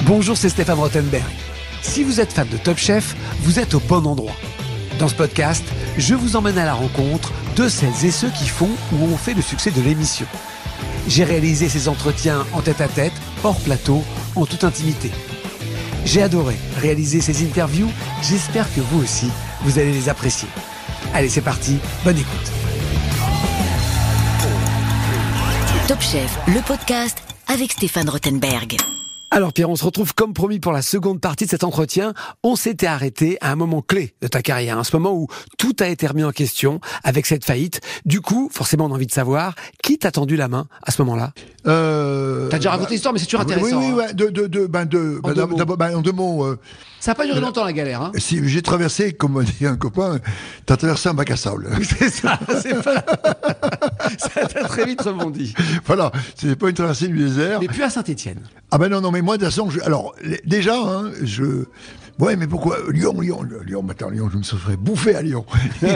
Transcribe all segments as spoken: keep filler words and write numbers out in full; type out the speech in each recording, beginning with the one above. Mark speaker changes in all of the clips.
Speaker 1: Bonjour, c'est Stéphane Rothenberg. Si vous êtes fan de Top Chef, vous êtes au bon endroit. Dans ce podcast, je vous emmène à la rencontre de celles et ceux qui font ou ont fait le succès de l'émission. J'ai réalisé ces entretiens en tête-à-tête, hors plateau, en toute intimité. J'ai adoré réaliser ces interviews, j'espère que vous aussi, vous allez les apprécier. Allez, c'est parti, bonne écoute.
Speaker 2: Top Chef, le podcast avec Stéphane Rothenberg.
Speaker 1: Alors Pierre, on se retrouve comme promis pour la seconde partie de cet entretien. On s'était arrêté à un moment clé de ta carrière, à ce moment où tout a été remis en question avec cette faillite. Du coup, forcément, on a envie de savoir qui t'a tendu la main à ce moment-là.
Speaker 3: Euh,
Speaker 1: T'as déjà raconté
Speaker 3: bah,
Speaker 1: l'histoire, mais c'est toujours intéressant.
Speaker 3: Oui, oui,
Speaker 1: hein.
Speaker 3: ouais, de, de, de, ben de,
Speaker 1: En
Speaker 3: ben
Speaker 1: deux mots.
Speaker 3: d'abord, ben, en deux mots. Euh,
Speaker 1: Ça n'a pas duré longtemps la galère. Hein.
Speaker 3: si j'ai traversé, comme dit un copain, t'as traversé un bac à sable.
Speaker 1: C'est ça, c'est pas... ça t'a très vite rebondi.
Speaker 3: Voilà, c'est pas une traversée du désert.
Speaker 1: Mais plus à Saint-Étienne.
Speaker 3: Ah ben non, non, mais moi de toute façon, je, alors les- déjà, hein, je. Ouais, mais pourquoi Lyon, Lyon, Lyon, attends, Lyon, je me serais bouffé à Lyon.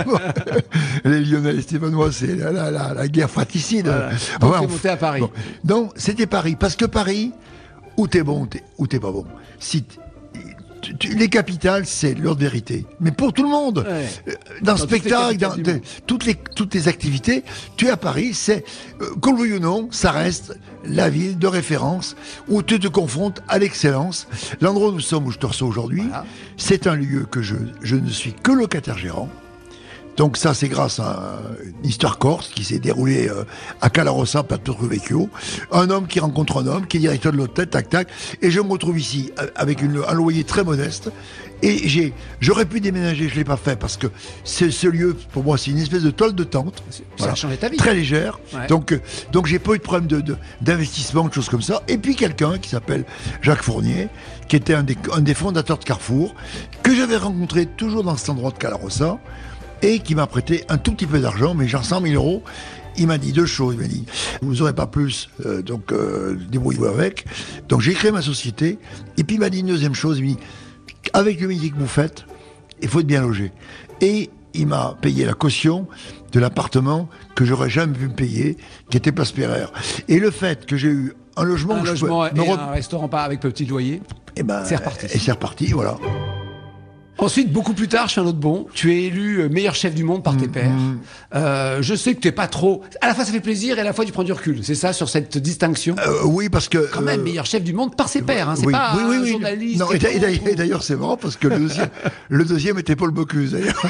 Speaker 3: Les Lyonnais, les Stéphanois, c'est la, la, la, la guerre fratricide.
Speaker 1: Voilà.
Speaker 3: Ah
Speaker 1: Donc
Speaker 3: ouais,
Speaker 1: t'es
Speaker 3: on-
Speaker 1: monté à Paris.
Speaker 3: Bon. Non, c'était Paris, parce que Paris, où t'es bon, t'es- où t'es pas bon. Si t- tu- tu- les capitales, c'est leur vérité. Mais pour tout le monde,
Speaker 1: Ouais.
Speaker 3: euh, dans le
Speaker 1: Dans toutes les
Speaker 3: spectacle,
Speaker 1: capitales
Speaker 3: dans
Speaker 1: du
Speaker 3: de-
Speaker 1: monde.
Speaker 3: toutes les toutes les activités, tu es à Paris, c'est euh, qu'on le veuille ou non, ça reste la ville de référence où tu te confrontes à l'excellence. L'endroit où nous sommes, où je te reçois aujourd'hui,
Speaker 1: Voilà.
Speaker 3: c'est un lieu que je je ne suis que locataire gérant. Donc ça, c'est grâce à une histoire corse qui s'est déroulée euh, à Calarossa, Porto Vecchio. Un homme qui rencontre un homme, qui est directeur de l'hôtel, tac, tac. Et je me retrouve ici euh, avec une, un loyer très modeste. Et j'ai, j'aurais pu déménager, je l'ai pas fait parce que c'est ce lieu, pour moi, c'est une espèce de toile de tente.
Speaker 1: Ça a changé ta vie.
Speaker 3: Très légère.
Speaker 1: Ouais.
Speaker 3: Donc, euh, donc j'ai pas eu de problème de, de- d'investissement, de choses comme ça. Et puis quelqu'un qui s'appelle Jacques Fournier, qui était un des, un des fondateurs de Carrefour, que j'avais rencontré toujours dans cet endroit de Calarossa, et qui m'a prêté un tout petit peu d'argent, mais genre cent mille euros. Il m'a dit deux choses. Il m'a dit, vous aurez pas plus, euh, donc euh, débrouillez-vous avec. Donc j'ai créé ma société. Et puis il m'a dit une deuxième chose. Il m'a dit, avec le métier que vous faites, il faut être bien logé. Et il m'a payé la caution de l'appartement que j'aurais jamais pu me payer, qui était Place Pereire. Et le fait que j'ai eu un logement,
Speaker 1: Un
Speaker 3: où je
Speaker 1: logement
Speaker 3: pouvais
Speaker 1: et
Speaker 3: me re-
Speaker 1: un restaurant pas avec petit loyer.
Speaker 3: eh ben,
Speaker 1: c'est reparti.
Speaker 3: Et c'est reparti, voilà.
Speaker 1: Ensuite, beaucoup plus tard, je fais un autre bond. Tu es élu euh, meilleur chef du monde par tes pairs. Euh, je sais que tu n'es pas trop... À la fois, ça fait plaisir et à la fois, tu prends du recul. C'est ça, sur cette distinction
Speaker 3: Euh, oui, parce que
Speaker 1: Quand même,
Speaker 3: euh,
Speaker 1: meilleur chef du monde par ses pairs. Hein. C'est
Speaker 3: oui,
Speaker 1: pas
Speaker 3: oui, oui,
Speaker 1: un
Speaker 3: oui.
Speaker 1: journaliste...
Speaker 3: Non,
Speaker 1: qui
Speaker 3: et d'a-
Speaker 1: est
Speaker 3: et d'ailleurs,
Speaker 1: contre-
Speaker 3: et d'ailleurs, c'est marrant parce que le deuxième, le deuxième était Paul Bocuse, d'ailleurs.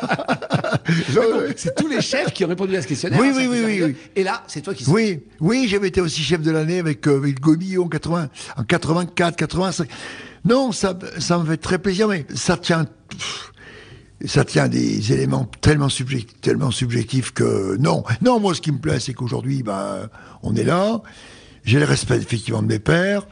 Speaker 1: Mais bon, c'est tous les chefs qui ont répondu à ce questionnaire.
Speaker 3: Oui,
Speaker 1: hein, ça
Speaker 3: oui,
Speaker 1: fait
Speaker 3: oui,
Speaker 1: ça
Speaker 3: oui,
Speaker 1: rigole.
Speaker 3: oui.
Speaker 1: Et là, c'est toi qui...
Speaker 3: Oui, oui, j'avais été aussi chef de l'année avec, euh, avec Gomillon en quatre-vingts, en quatre-vingt-quatre, quatre-vingt-cinq. Non, ça, ça me fait très plaisir, mais ça tient, pff, ça tient à des éléments tellement subjectifs, tellement subjectifs que non. Non, moi, ce qui me plaît, c'est qu'aujourd'hui, ben, on est là. J'ai le respect, effectivement, de mes pairs.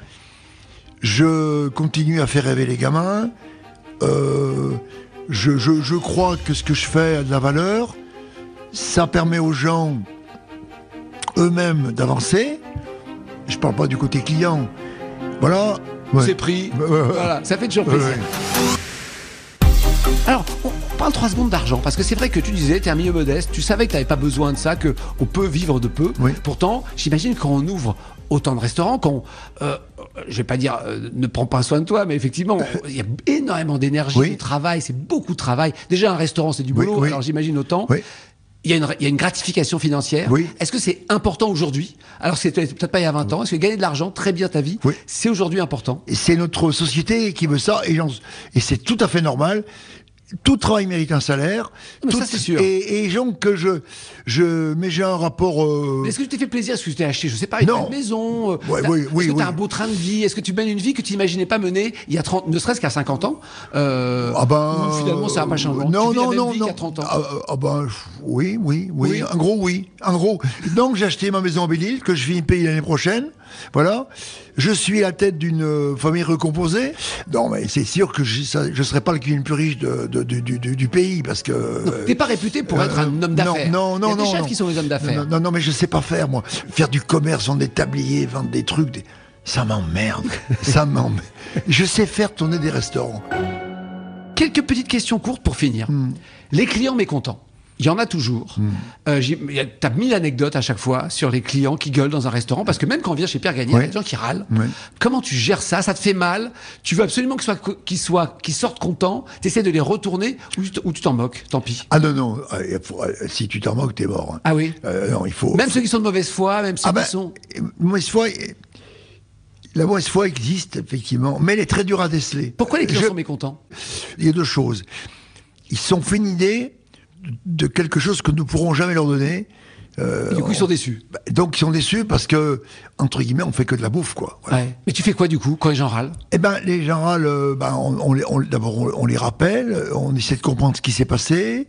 Speaker 3: Je continue à faire rêver les gamins. Euh, je, je, je crois que ce que je fais a de la valeur. Ça permet aux gens eux-mêmes d'avancer. Je parle pas du côté client. Voilà. Ouais.
Speaker 1: C'est pris.
Speaker 3: Ouais, ouais, ouais.
Speaker 1: Voilà, ça fait toujours
Speaker 3: Ouais,
Speaker 1: plaisir.
Speaker 3: ouais.
Speaker 1: Alors, on parle trois secondes d'argent, parce que c'est vrai que tu disais, tu es un milieu modeste, tu savais que tu n'avais pas besoin de ça, qu'on peut vivre de peu.
Speaker 3: Oui.
Speaker 1: Pourtant, j'imagine quand on ouvre autant de restaurants, qu'on, euh, je vais pas dire, euh, ne prends pas soin de toi, mais effectivement, il y a énormément d'énergie,
Speaker 3: Oui.
Speaker 1: de travail, c'est beaucoup de travail. Déjà, un restaurant, c'est du
Speaker 3: Oui,
Speaker 1: boulot,
Speaker 3: oui.
Speaker 1: alors j'imagine autant.
Speaker 3: Oui.
Speaker 1: Il y, a une, il y a une gratification financière.
Speaker 3: Oui.
Speaker 1: Est-ce que c'est important aujourd'hui? Alors, c'était peut-être pas il y a vingt ans. Est-ce que gagner de l'argent, très bien ta vie,
Speaker 3: Oui.
Speaker 1: c'est aujourd'hui important?
Speaker 3: Et c'est notre société qui veut ça, et, j'en- et c'est tout à fait normal. Tout travail mérite un salaire.
Speaker 1: Mais
Speaker 3: Tout-
Speaker 1: ça, c'est sûr.
Speaker 3: Et, et donc que je, je, mais j'ai un rapport. euh,
Speaker 1: Est-ce que tu t'es fait plaisir? Est-ce que tu t'es acheté, je sais pas, une
Speaker 3: Non.
Speaker 1: belle maison? euh,
Speaker 3: Ouais,
Speaker 1: t'as-
Speaker 3: oui,
Speaker 1: Est-ce
Speaker 3: oui,
Speaker 1: que tu as
Speaker 3: oui.
Speaker 1: un beau train de vie? Est-ce que tu mènes une vie que tu n'imaginais pas mener il y a trente, ne serait-ce qu'à cinquante ans? Euh,
Speaker 3: Ah ben,
Speaker 1: ou finalement, ça n'a pas changé.
Speaker 3: Non,
Speaker 1: tu vis
Speaker 3: non,
Speaker 1: la même
Speaker 3: non,
Speaker 1: vie
Speaker 3: non.
Speaker 1: qu'à trente ans.
Speaker 3: Ah, ah ben, oui, oui, oui,
Speaker 1: Oui.
Speaker 3: un gros oui, un gros. Donc j'ai acheté ma maison à Belle-Île que je finis de payer l'année prochaine. Voilà. Je suis à la tête d'une euh, famille recomposée. Non, mais c'est sûr que je ne serai pas le cuisine le plus riche de, de- du, du- du- du pays parce que.
Speaker 1: Non, t'es pas réputé pour être un homme d'affaires.
Speaker 3: Non, non,
Speaker 1: Il y a
Speaker 3: non,
Speaker 1: des chefs
Speaker 3: non.
Speaker 1: qui sont des hommes d'affaires.
Speaker 3: Non, non, non, mais je sais pas faire moi. Faire du commerce, vendre des tabliers, vendre des trucs, des- ça m'emmerde. ça m'emmerde. Je sais faire tourner des restaurants.
Speaker 1: Quelques petites questions courtes pour finir.
Speaker 3: Hmm.
Speaker 1: Les clients mécontents. Il y en a toujours. Mmh. Euh, tu as mille anecdotes à chaque fois sur les clients qui gueulent dans un restaurant, parce que même quand on vient chez Pierre Gagnère, il ouais. y a des gens qui râlent. Ouais. Comment tu gères ça? Ça te fait mal? Tu veux absolument qu'ils soient, qu'ils soient, qu'ils sortent contents? Tu essaies de les retourner ou, ou tu t'en moques? Tant pis.
Speaker 3: Ah non, non. Si tu t'en moques, t'es mort. Hein.
Speaker 1: Ah oui
Speaker 3: euh, non, il faut.
Speaker 1: Même ceux qui sont de mauvaise foi, même ceux
Speaker 3: ah ben,
Speaker 1: qui sont.
Speaker 3: Mauvaise foi. La mauvaise foi existe, effectivement, mais elle est très dure à déceler.
Speaker 1: Pourquoi les clients
Speaker 3: Je...
Speaker 1: sont mécontents?
Speaker 3: Il y a deux choses. Ils se sont fait une idée de quelque chose que nous ne pourrons jamais leur donner.
Speaker 1: Euh, Et du coup, ils sont déçus.
Speaker 3: Donc, ils sont déçus parce que, entre guillemets, on fait que de la bouffe, quoi. Voilà.
Speaker 1: Ouais. Mais tu fais quoi, du coup, quand les gens râlent? Eh
Speaker 3: ben, les gens râlent, euh, ben, on, on, on, d'abord, on, on les rappelle, on essaie de comprendre ce qui s'est passé,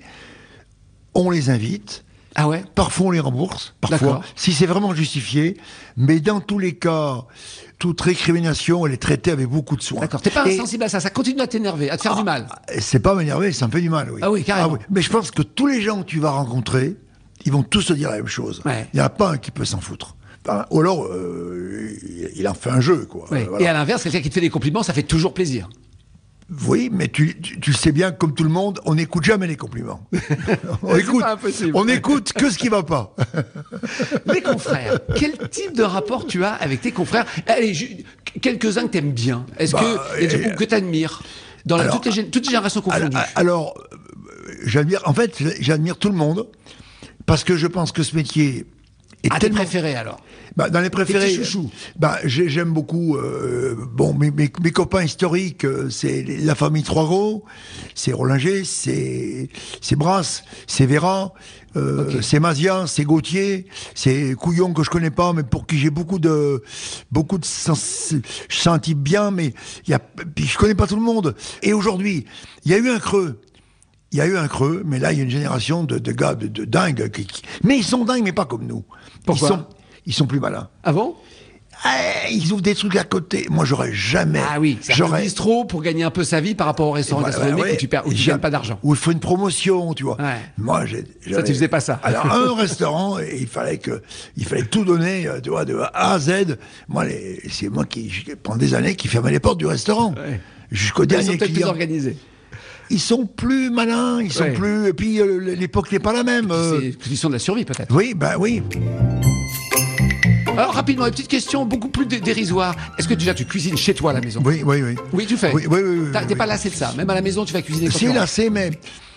Speaker 3: on les invite.
Speaker 1: Ah ouais?
Speaker 3: Parfois, on les rembourse, parfois, D'accord. si c'est vraiment justifié. Mais dans tous les cas, toute récrimination, elle est traitée avec beaucoup de soin.
Speaker 1: D'accord. T'es pas Et... insensible à ça, ça continue à t'énerver, à te faire
Speaker 3: ah,
Speaker 1: du mal.
Speaker 3: C'est pas m'énerver, ça me fait du mal, oui.
Speaker 1: Ah oui, carrément. Ah oui.
Speaker 3: Mais je pense que tous les gens que tu vas rencontrer, ils vont tous te dire la même chose.
Speaker 1: Ouais.
Speaker 3: Il n'y en a pas un qui peut s'en foutre. Enfin, ou alors, euh, il en fait un jeu, quoi.
Speaker 1: Oui. Voilà. Et à l'inverse, quelqu'un qui te fait des compliments, ça fait toujours plaisir.
Speaker 3: Oui, mais tu, tu, tu sais bien, comme tout le monde, on n'écoute jamais les compliments. on écoute, on écoute que ce qui va pas.
Speaker 1: Les confrères, quel type de rapport tu as avec tes confrères? Allez, je, quelques-uns que t'aimes bien. Est-ce bah, que, et, que t'admires dans la, alors, toutes, les, toutes les générations confondues?
Speaker 3: Alors, j'admire, en fait, j'admire tout le monde parce que je pense que ce métier est
Speaker 1: ah,
Speaker 3: tellement...
Speaker 1: tes préférés alors?
Speaker 3: Bah, dans les préférés,
Speaker 1: chouchous.
Speaker 3: Bah, j'aime beaucoup. Euh, bon, mes, mes, mes copains historiques, euh, c'est la famille Trois-Gros, c'est Rollinger, c'est c'est Brasse, c'est Vera, euh, okay. c'est Mazia, c'est Gauthier, c'est Couillon que je connais pas, mais pour qui j'ai beaucoup de beaucoup de sens, je sens un type bien, mais il y a, puis je connais pas tout le monde. Et aujourd'hui, il y a eu un creux. Il y a eu un creux, mais là, il y a une génération de, de gars de, de dingues. Qui, qui... Mais ils sont dingues, mais pas comme nous.
Speaker 1: Pourquoi?
Speaker 3: Ils sont, ils sont plus malins.
Speaker 1: Ah bon?
Speaker 3: Ah, ils ouvrent des trucs à côté. Moi, j'aurais jamais.
Speaker 1: Ah oui, c'est un bistrot pour gagner un peu sa vie par rapport au restaurant
Speaker 3: voilà,
Speaker 1: gastronomique
Speaker 3: ouais,
Speaker 1: où tu perds, où tu gagnes pas d'argent.
Speaker 3: Où il faut une promotion, tu vois.
Speaker 1: Ouais.
Speaker 3: Moi, j'ai.
Speaker 1: Ça, tu faisais pas ça.
Speaker 3: Alors, un restaurant, et il fallait que, il fallait tout donner, tu vois, de A à Z. Moi, les, c'est moi qui, pendant des années, qui fermais les portes du restaurant. Ouais. Jusqu'au
Speaker 1: Mais
Speaker 3: dernier
Speaker 1: ils sont peut-être
Speaker 3: client.
Speaker 1: plus organisés.
Speaker 3: Ils sont plus malins, ils sont ouais. plus. Et puis euh, l'époque n'est pas la même. Euh...
Speaker 1: C'est une question de la survie, peut-être.
Speaker 3: Oui, ben oui.
Speaker 1: Alors rapidement, une petite question beaucoup plus dérisoire. Est-ce que déjà tu cuisines chez toi à la maison?
Speaker 3: Oui, oui, oui.
Speaker 1: Oui, tu fais.
Speaker 3: Oui, oui, oui. oui
Speaker 1: T'es
Speaker 3: oui.
Speaker 1: pas lassé de ça. Même à la maison, tu vas cuisiner.
Speaker 3: Si lassé, mais.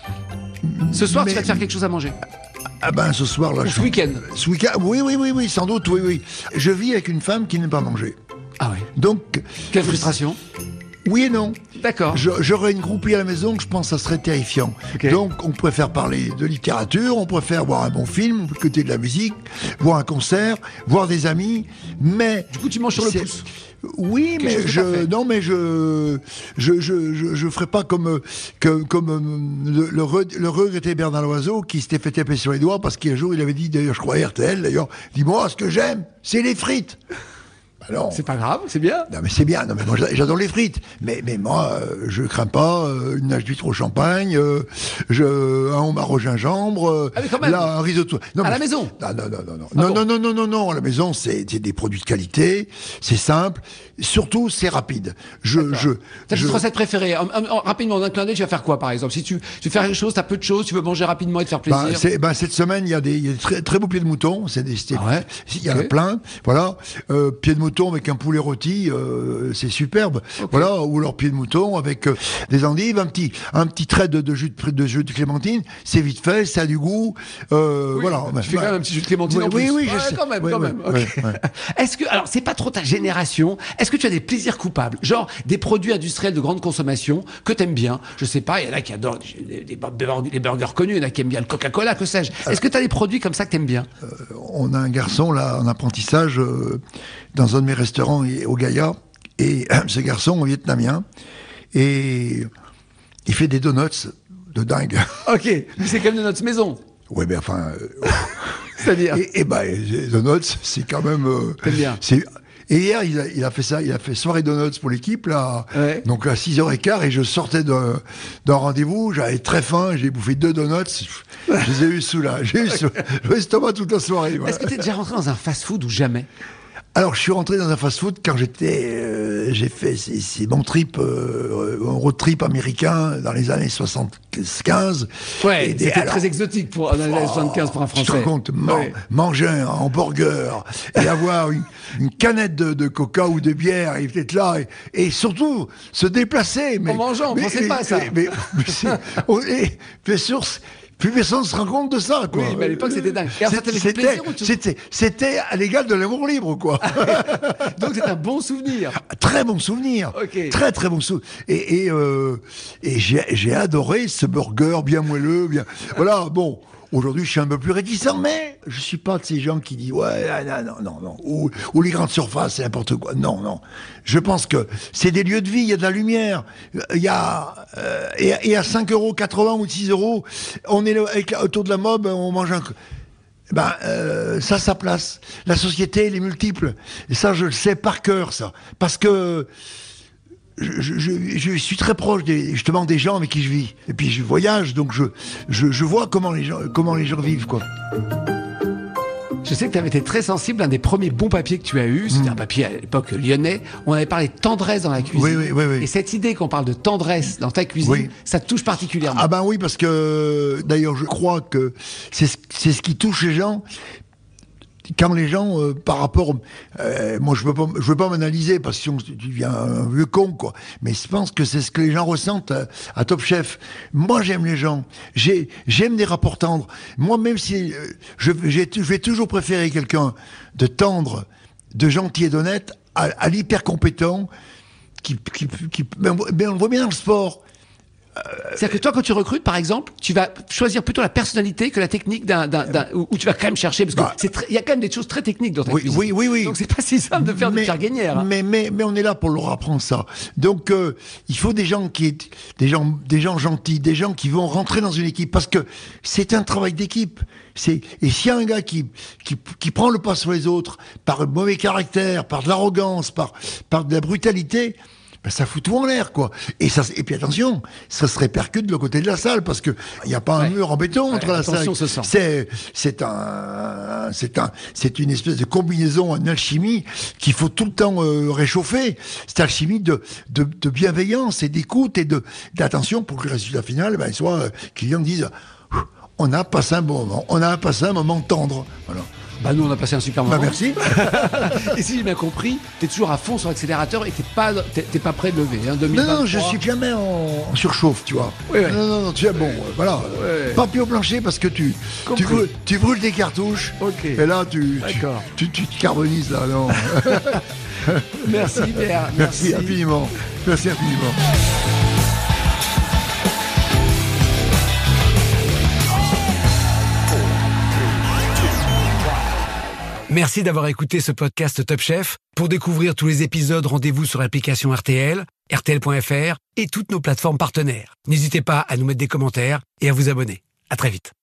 Speaker 1: Ce soir,
Speaker 3: mais...
Speaker 1: tu vas te faire quelque chose à manger.
Speaker 3: Ah ben ce soir là.
Speaker 1: Ou ce week-end.
Speaker 3: Ce week-end, oui, oui, oui, oui, sans doute, oui, oui. Je vis avec une femme qui n'aime pas manger.
Speaker 1: Ah oui.
Speaker 3: Donc.
Speaker 1: Quelle frustration.
Speaker 3: Oui et non.
Speaker 1: D'accord.
Speaker 3: J'aurais une groupie à la maison que je pense que ça serait terrifiant. Okay. Donc, on préfère parler de littérature, on préfère voir un bon film, écouter de la musique, voir un concert, voir des amis, mais...
Speaker 1: Du coup, tu manges sur le pouce.
Speaker 3: Oui, Quelque mais je... Non, mais je... Je, je, je, je ferais pas comme, que, comme le, le, re, le regretté Bernard Loiseau qui s'était fait taper sur les doigts parce qu'un jour, il avait dit, d'ailleurs, je crois à R T L, d'ailleurs, dis-moi, ce que j'aime, c'est les frites. Alors,
Speaker 1: c'est pas grave, c'est bien.
Speaker 3: Non mais c'est bien. Non mais moi j'adore les frites. Mais mais moi euh, je crains pas euh, une nage d'huître au champagne, euh, je un homard au gingembre, euh,
Speaker 1: ah mais quand même.
Speaker 3: Là un risotto. Non,
Speaker 1: à
Speaker 3: mais,
Speaker 1: la maison.
Speaker 3: Non non non non non
Speaker 1: ah
Speaker 3: non,
Speaker 1: bon.
Speaker 3: non non non non non à la maison c'est des produits de qualité, c'est simple, surtout c'est rapide. Je
Speaker 1: D'accord.
Speaker 3: je.
Speaker 1: Ta
Speaker 3: je...
Speaker 1: petite recette préférée. En, en, en, rapidement d'un clin d'œil, tu vas faire quoi par exemple? Si tu tu fais quelque chose, t'as peu de choses, tu veux manger rapidement et te faire plaisir.
Speaker 3: Ben, c'est, ben, cette semaine il y a des, il y a des très, très beaux pieds de mouton. C'est des.
Speaker 1: Ah ouais.
Speaker 3: Il y en a plein. Voilà. Euh, pieds de mouton avec un poulet rôti. Euh, c'est superbe, okay. Voilà, ou leur pied de mouton avec euh, des endives, un petit, un petit trait de, de jus de, de jus de clémentine, c'est vite fait, ça a du goût, euh,
Speaker 1: oui,
Speaker 3: voilà.
Speaker 1: Tu fais quand même un petit jus de clémentine
Speaker 3: oui,
Speaker 1: en plus.
Speaker 3: Oui, oui,
Speaker 1: ouais,
Speaker 3: je
Speaker 1: quand même,
Speaker 3: oui,
Speaker 1: quand
Speaker 3: oui,
Speaker 1: même. Okay.
Speaker 3: Oui, oui.
Speaker 1: Est-ce que, alors, c'est pas trop ta génération. Est-ce que tu as des plaisirs coupables, genre des produits industriels de grande consommation que t'aimes bien? Je sais pas, il y en a qui adorent les, les, burgers, les burgers connus, il y en a qui aiment bien le Coca-Cola, que sais-je. Est-ce que tu as des produits comme ça que t'aimes bien?
Speaker 3: euh, On a un garçon là en apprentissage euh, dans un de mes restaurants au Gaïa. Et euh, ce garçon vietnamien, et il fait des donuts de dingue.
Speaker 1: Ok, mais c'est quand même de notre maison.
Speaker 3: Ouais, mais enfin... Euh,
Speaker 1: C'est-à-dire
Speaker 3: Et, et ben, les donuts, c'est quand même... Euh,
Speaker 1: c'est bien.
Speaker 3: C'est, et hier, il a, il a fait ça, il a fait soirée donuts pour l'équipe, là, ouais. Donc à six heures quinze, et je sortais d'un, d'un rendez-vous, j'avais très faim, j'ai bouffé deux donuts, je les ai eu sous là, j'ai eu sous l'estomac toute la soirée. Voilà.
Speaker 1: Est-ce que tu es déjà rentré dans un fast-food ou jamais?
Speaker 3: Alors, je suis rentré dans un fast-food quand j'étais euh, j'ai fait, c'est, c'est mon trip, euh, un road trip américain dans les années soixante-quinze.
Speaker 1: Ouais,
Speaker 3: et
Speaker 1: c'était
Speaker 3: alors,
Speaker 1: très exotique pour, dans les années soixante-quinze pour un Français.
Speaker 3: Tu te rends compte, man,
Speaker 1: ouais.
Speaker 3: manger un hamburger et avoir une, une canette de, de coca ou de bière et peut-être là, et, et surtout se déplacer. Mais,
Speaker 1: en mangeant, on ne pensait pas à ça.
Speaker 3: Mais, mais, mais, c'est, on, et, bien sûr, plus personne ne se rend compte de ça, quoi.
Speaker 1: Oui, mais à l'époque, c'était dingue. Et alors, ça t'avait fait
Speaker 3: c'était,
Speaker 1: plaisir ou tu...
Speaker 3: c'était, c'était à l'égal de l'amour libre, quoi.
Speaker 1: Donc, c'est un bon souvenir.
Speaker 3: Très bon souvenir.
Speaker 1: Okay.
Speaker 3: Très, très bon souvenir. Et, et, euh, et j'ai, j'ai adoré ce burger bien moelleux, bien... Voilà, bon... Aujourd'hui, je suis un peu plus réticent, mais je suis pas de ces gens qui disent ouais, non, non, non, non, ou, ou les grandes surfaces, c'est n'importe quoi. Non, non. Je pense que c'est des lieux de vie, il y a de la lumière, il y a euh, et, et à cinq euros quatre-vingts ou six euros, on est avec, autour de la mob, on mange un. Ben, euh, ça, sa place. La société, elle est multiple. Et ça, je le sais par cœur, ça, parce que. Je, je, je, je suis très proche des, justement des gens avec qui je vis. Et puis je voyage, donc je, je, je vois comment les gens, comment les gens vivent, quoi.
Speaker 1: Je sais que tu avais été très sensible. Un des premiers bons papiers que tu as eu, c'était mmh. un papier à l'époque lyonnais. On avait parlé de tendresse dans la cuisine.
Speaker 3: Oui, oui, oui, oui.
Speaker 1: Et cette idée qu'on parle de tendresse dans ta cuisine, oui. ça te touche particulièrement.
Speaker 3: Ah ben oui, parce que d'ailleurs je crois que c'est, c'est ce qui touche les gens. Quand les gens, euh, par rapport, euh, moi je veux pas, je veux pas m'analyser parce que sinon tu deviens un vieux con, quoi. Mais je pense que c'est ce que les gens ressentent à, à Top Chef. Moi j'aime les gens, j'ai, j'aime des rapports tendres. Moi même si euh, je, j'ai, je vais toujours préférer quelqu'un de tendre, de gentil et d'honnête à, à l'hyper compétent qui, qui, qui, ben, ben on le voit bien dans le sport.
Speaker 1: C'est-à-dire que toi, quand tu recrutes, par exemple, tu vas choisir plutôt la personnalité que la technique d'un, d'un, d'un où tu vas quand même chercher, parce
Speaker 3: bah,
Speaker 1: qu'il y a quand même des choses très techniques dans ta
Speaker 3: oui,
Speaker 1: cuisine.
Speaker 3: Oui, oui, oui.
Speaker 1: Donc c'est pas si simple de faire
Speaker 3: mais,
Speaker 1: de pierre gainière. Hein.
Speaker 3: Mais, mais, mais on est là pour leur apprendre ça. Donc euh, il faut des gens qui, des gens, des gens gentils, des gens qui vont rentrer dans une équipe, parce que c'est un travail d'équipe. C'est, et s'il y a un gars qui, qui, qui prend le pas sur les autres par un mauvais caractère, par de l'arrogance, par, par de la brutalité. Ben ça fout tout en l'air, quoi. Et ça, et puis attention, ça se répercute de l'autre côté de la salle, parce que il y a pas un ouais. mur en béton entre
Speaker 1: ouais,
Speaker 3: la salle.
Speaker 1: Se sent.
Speaker 3: C'est, c'est un, c'est un, c'est une espèce de combinaison en alchimie qu'il faut tout le temps euh, réchauffer. Cette alchimie de, de, de bienveillance et d'écoute et de, d'attention pour que le résultat final, ben, soit, euh, clients disent, on a passé un bon moment, on a passé un moment tendre. Voilà.
Speaker 1: Bah nous on a passé un super moment.
Speaker 3: Bah merci.
Speaker 1: Et si j'ai bien compris, t'es toujours à fond sur l'accélérateur et t'es pas, t'es, t'es pas prêt de lever. Hein, deux mille vingt-trois.
Speaker 3: Non, non, je suis jamais en, en surchauffe, tu vois.
Speaker 1: Oui, oui.
Speaker 3: Non, non, non, tu es bon, euh, voilà.
Speaker 1: Ouais.
Speaker 3: Pas pied au plancher parce que tu, tu, brûles, tu brûles tes cartouches.
Speaker 1: Ok.
Speaker 3: Et là, tu,
Speaker 1: D'accord.
Speaker 3: tu, tu, tu te carbonises là, non.
Speaker 1: Merci, Pierre.
Speaker 3: Merci,
Speaker 1: Merci
Speaker 3: infiniment. Merci infiniment.
Speaker 1: Merci d'avoir écouté ce podcast Top Chef. Pour découvrir tous les épisodes, rendez-vous sur l'application R T L, R T L point F R et toutes nos plateformes partenaires. N'hésitez pas à nous mettre des commentaires et à vous abonner. À très vite.